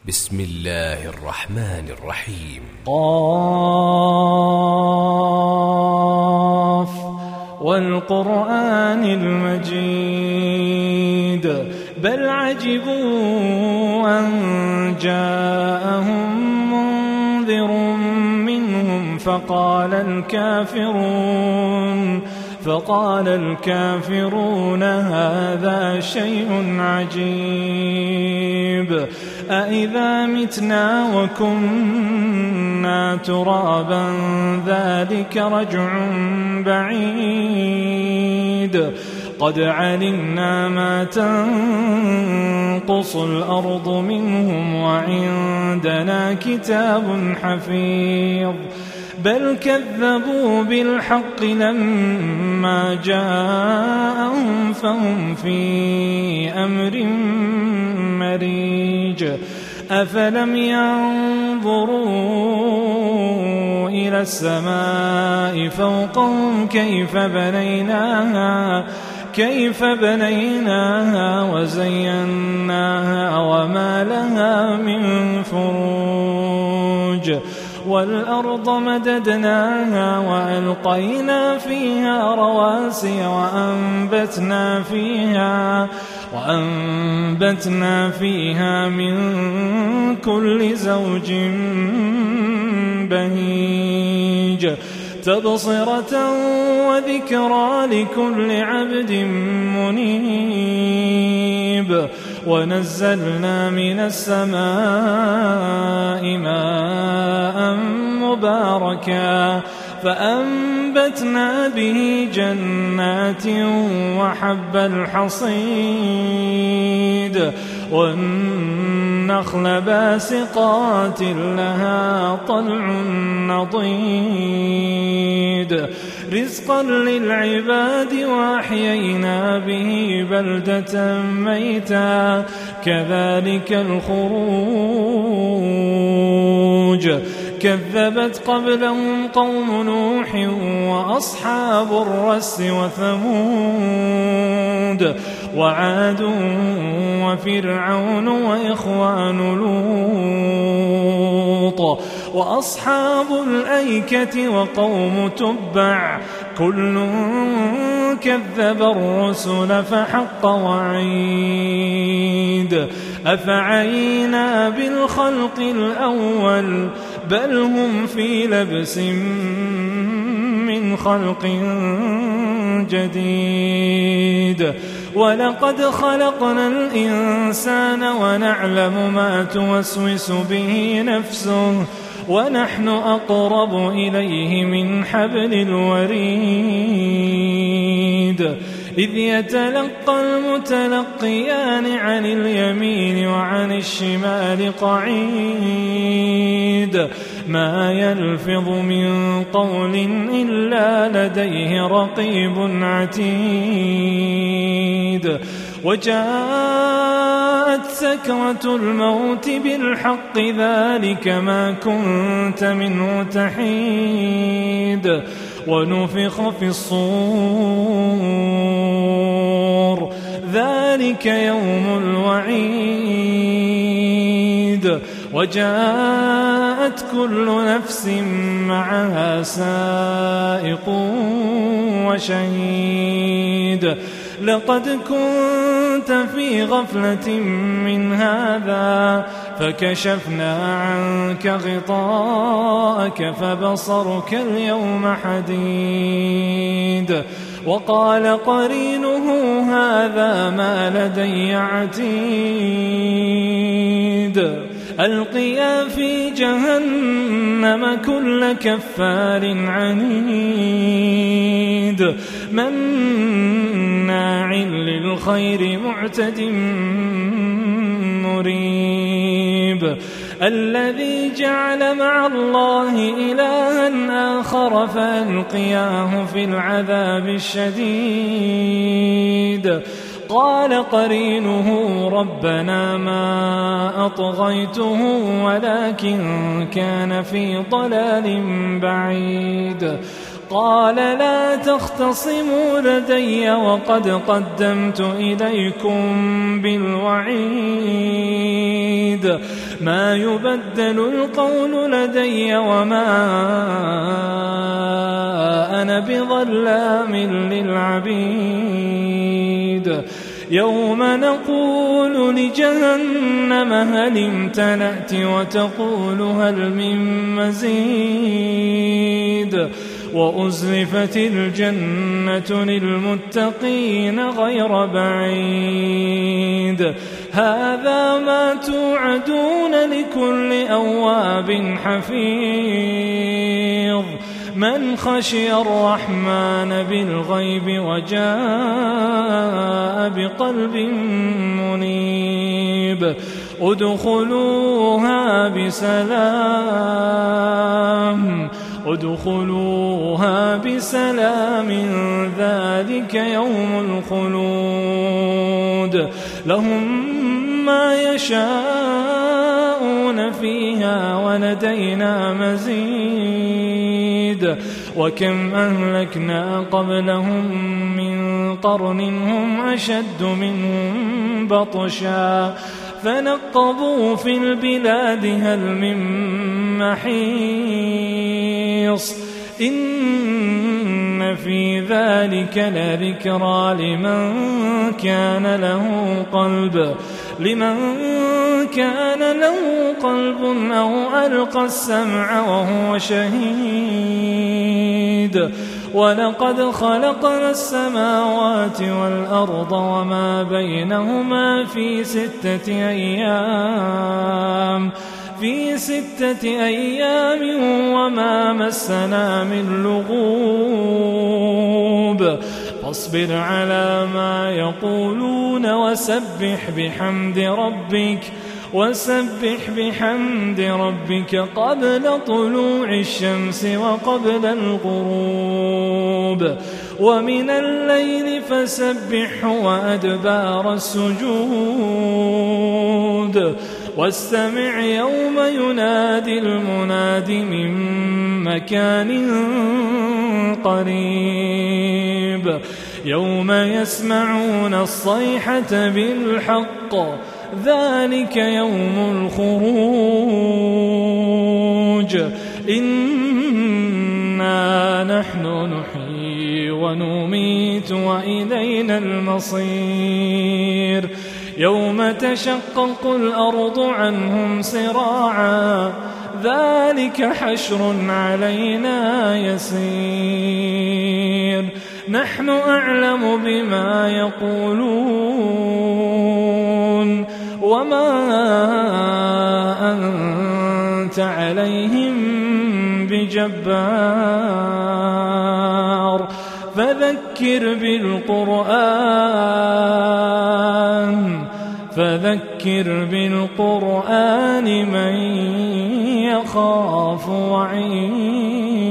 بسم الله الرحمن الرحيم. قاف والقرآن المجيد بل عجبوا أن جاءهم منذر منهم فقال الكافرون هذا شيء عجيب أإذا متنا وكنا ترابا ذلك رجع بعيد قد علمنا ما تنقص الأرض منهم وعندنا كتاب حفيظ بل كذبوا بالحق لما جاءهم فهم في أمر مريج أفلم ينظروا إلى السماء فوقهم كيف بنيناها وزيناها وما لها من فروج والأرض مددناها وألقينا فيها رواسي وأنبتنا فيها من كل زوج بهيج تبصرة وذكرى لكل عبد منيب ونزلنا من السماء ماء مباركا فأنبتنا به جنات وحب الحصيد والنخل باسقات لها طلع نضيد رزقا للعباد وأحيينا به بلدة ميتا كذلك الخروج كذبت قبلهم قوم نوح وأصحاب الرس وثمود وعاد وفرعون وإخوان لوط وأصحاب الأيكة وقوم تبع كل كذب الرسل فحق وعيد أفعينا بالخلق الأول بل هم في لبس من خلق جديد ولقد خلقنا الإنسان ونعلم ما توسوس به نفسه ونحن أقرب إليه من حبل الوريد إذ يتلقى المتلقيان عن اليمين وعن الشمال قعيد ما يلفظ من قول إلا لديه رقيب عتيد وجاءت سكرة الموت بالحق ذلك ما كنت منه تحيد ونفخ في الصور ذلك يوم الوعيد وجاءت كل نفس معها سائق وشهيد لقد كنت في غفلة من هذا فكشفنا عنك غطاءك فبصرك اليوم حديد وقال قرينه هذا ما لدي عتيد ألقيا في جهنم كل كفار عنيد مناع للخير معتد مريب الذي جعل مع الله إلها آخر فألقياه في العذاب الشديد قال قرينه ربنا ما أطغيته ولكن كان في ضلال بعيد قال لا تختصموا لدي وقد قدمت إليكم بالوعيد ما يبدل القول لدي وما أنا بظلام للعبيد يوم نقول لجهنم هل امتلأت وتقول هل من مزيد وأزلفت الجنة للمتقين غير بعيد هذا ما توعدون لكل أواب حفيظ من خشي الرحمن بالغيب وجاء بقلب منيب ادخلوها بسلام ذلك يوم الخلود لهم ما يشاءون فيها ولدينا مزيد وكم أهلكنا قبلهم من قرن هم أشد منهم بطشا فنقبوا في البلاد هل من محيص إن في ذلك لذكرى لمن كان له قلب أو ألقى السمع وهو شهيد ولقد خلقنا السماوات والأرض وما بينهما في 6 أيام وما مسنا من لغوب فاصبر على ما يقولون وسبح بحمد ربك قبل طلوع الشمس وقبل الغروب ومن الليل فسبحه وأدبار السجود واستمع يوم ينادي المناد من مكان قريب يوم يسمعون الصيحة بالحق ذلك يوم الخروج إنا نحن نحيي ونميت وإلينا المصير يوم تشقق الأرض عنهم سراعا ذلك حشر علينا يسير نحن أعلم بما يقولون وما أنت عليهم بجبار فذكر بالقرآن من يخاف وعيد